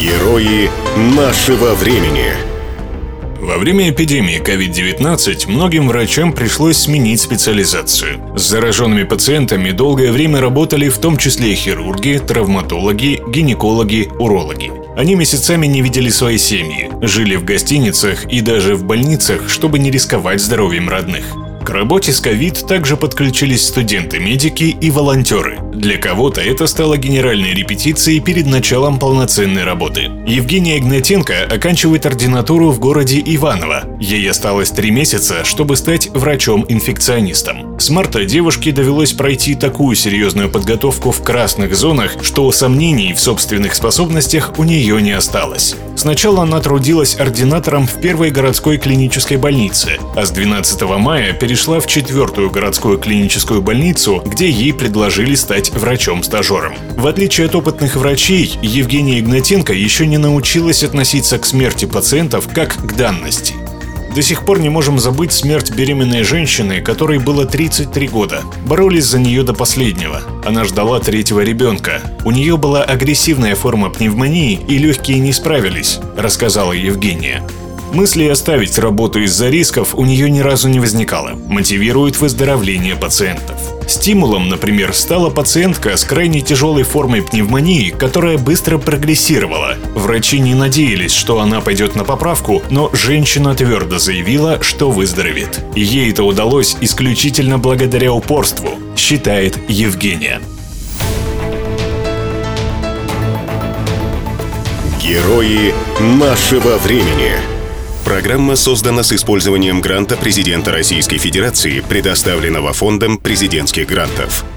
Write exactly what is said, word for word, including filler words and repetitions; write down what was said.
Герои нашего времени. Во время эпидемии ковид девятнадцать многим врачам пришлось сменить специализацию. С зараженными пациентами долгое время работали в том числе и хирурги, травматологи, гинекологи, урологи. Они месяцами не видели свои семьи, жили в гостиницах и даже в больницах, чтобы не рисковать здоровьем родных. К работе с ковид также подключились студенты-медики и волонтеры. Для кого-то это стало генеральной репетицией перед началом полноценной работы. Евгения Игнатенко оканчивает ординатуру в городе Иваново. Ей осталось три месяца, чтобы стать врачом-инфекционистом. С марта девушке довелось пройти такую серьезную подготовку в красных зонах, что сомнений в собственных способностях у нее не осталось. Сначала она трудилась ординатором в первой городской клинической больнице, а с двенадцатого мая перешла в четвертую городскую клиническую больницу, где ей предложили стать врачом-стажером. В отличие от опытных врачей, Евгения Игнатенко еще не научилась относиться к смерти пациентов как к данности. До сих пор не можем забыть смерть беременной женщины, которой было тридцать три года. Боролись за нее до последнего. Она ждала третьего ребенка. У нее была агрессивная форма пневмонии, и легкие не справились, рассказала Евгения. Мысли оставить работу из-за рисков у нее ни разу не возникало. Мотивирует выздоровление пациентов. Стимулом, например, стала пациентка с крайне тяжелой формой пневмонии, которая быстро прогрессировала. Врачи не надеялись, что она пойдет на поправку, но женщина твердо заявила, что выздоровеет. И ей это удалось исключительно благодаря упорству, считает Евгения. Герои нашего времени. Программа создана с использованием гранта президента Российской Федерации, предоставленного Фондом президентских грантов.